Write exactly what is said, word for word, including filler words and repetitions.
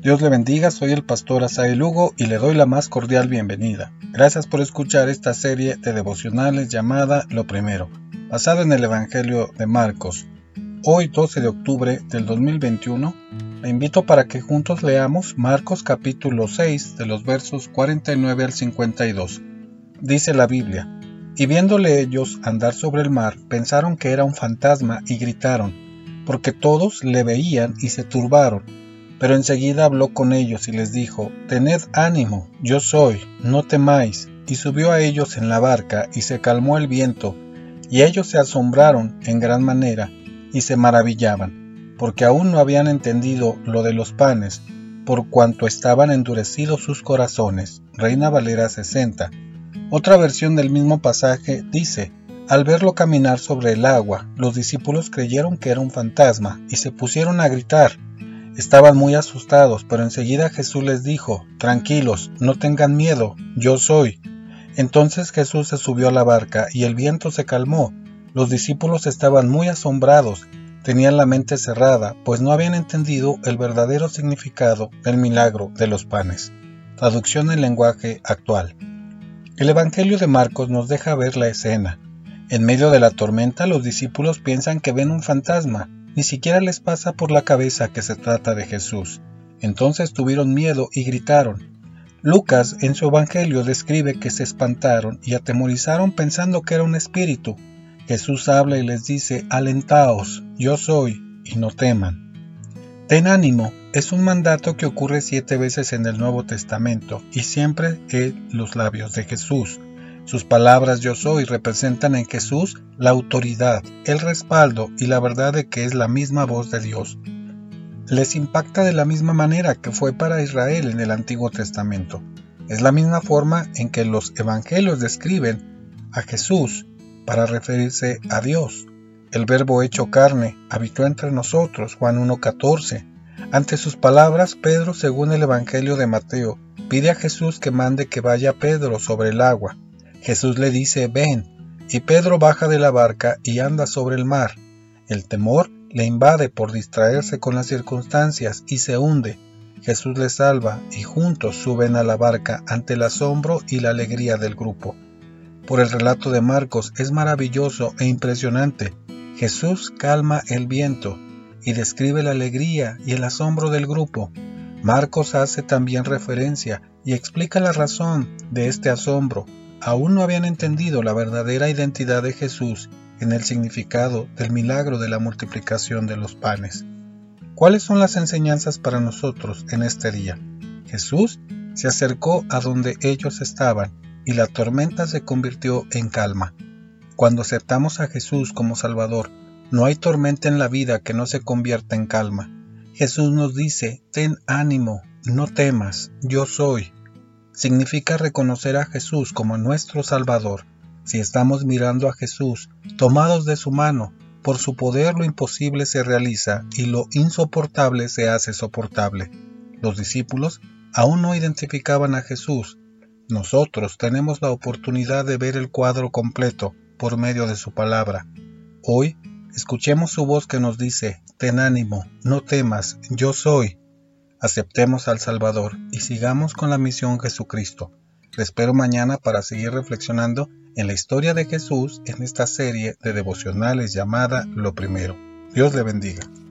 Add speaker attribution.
Speaker 1: Dios le bendiga, soy el pastor Asael Hugo y le doy la más cordial bienvenida. Gracias por escuchar esta serie de devocionales llamada Lo Primero, basada en el Evangelio de Marcos. Hoy, doce de octubre del dos mil veintiuno, le invito para que juntos leamos Marcos capítulo seis de los versos cuarenta y nueve al cincuenta y dos. Dice la Biblia: Y viéndole ellos andar sobre el mar, pensaron que era un fantasma y gritaron, porque todos le veían y se turbaron. Pero enseguida habló con ellos y les dijo: Tened ánimo, yo soy, no temáis. Y subió a ellos en la barca y se calmó el viento, y ellos se asombraron en gran manera y se maravillaban, porque aún no habían entendido lo de los panes, por cuanto estaban endurecidos sus corazones. Reina Valera sesenta. Otra versión del mismo pasaje dice: Al verlo caminar sobre el agua, los discípulos creyeron que era un fantasma y se pusieron a gritar. Estaban muy asustados, pero enseguida Jesús les dijo: Tranquilos, no tengan miedo, yo soy. Entonces Jesús se subió a la barca y el viento se calmó. Los discípulos estaban muy asombrados, tenían la mente cerrada, pues no habían entendido el verdadero significado del milagro de los panes. Traducción en lenguaje actual. El Evangelio de Marcos nos deja ver la escena. En medio de la tormenta, los discípulos piensan que ven un fantasma. Ni siquiera les pasa por la cabeza que se trata de Jesús. Entonces tuvieron miedo y gritaron. Lucas en su Evangelio describe que se espantaron y atemorizaron pensando que era un espíritu. Jesús habla y les dice: Alentaos, yo soy, y no teman. Ten ánimo es un mandato que ocurre siete veces en el Nuevo Testamento y siempre en los labios de Jesús. Sus palabras yo soy representan en Jesús la autoridad, el respaldo y la verdad de que es la misma voz de Dios. Les impacta de la misma manera que fue para Israel en el Antiguo Testamento. Es la misma forma en que los evangelios describen a Jesús para referirse a Dios. El verbo hecho carne habitó entre nosotros, Juan uno catorce. Ante sus palabras, Pedro, según el Evangelio de Mateo, pide a Jesús que mande que vaya Pedro sobre el agua. Jesús le dice: ven, y Pedro baja de la barca y anda sobre el mar. El temor le invade por distraerse con las circunstancias y se hunde. Jesús le salva y juntos suben a la barca ante el asombro y la alegría del grupo. Por el relato de Marcos es maravilloso e impresionante. Jesús calma el viento y describe la alegría y el asombro del grupo. Marcos hace también referencia y explica la razón de este asombro. Aún no habían entendido la verdadera identidad de Jesús en el significado del milagro de la multiplicación de los panes. ¿Cuáles son las enseñanzas para nosotros en este día? Jesús se acercó a donde ellos estaban y la tormenta se convirtió en calma. Cuando aceptamos a Jesús como Salvador, no hay tormenta en la vida que no se convierta en calma. Jesús nos dice: ten ánimo, no temas, yo soy. Significa reconocer a Jesús como nuestro Salvador. Si estamos mirando a Jesús, tomados de su mano, por su poder lo imposible se realiza y lo insoportable se hace soportable. Los discípulos aún no identificaban a Jesús. Nosotros tenemos la oportunidad de ver el cuadro completo por medio de su palabra. Hoy, escuchemos su voz que nos dice: ten ánimo, no temas, yo soy. Aceptemos al Salvador y sigamos con la misión Jesucristo. Te espero mañana para seguir reflexionando en la historia de Jesús en esta serie de devocionales llamada Lo Primero. Dios le bendiga.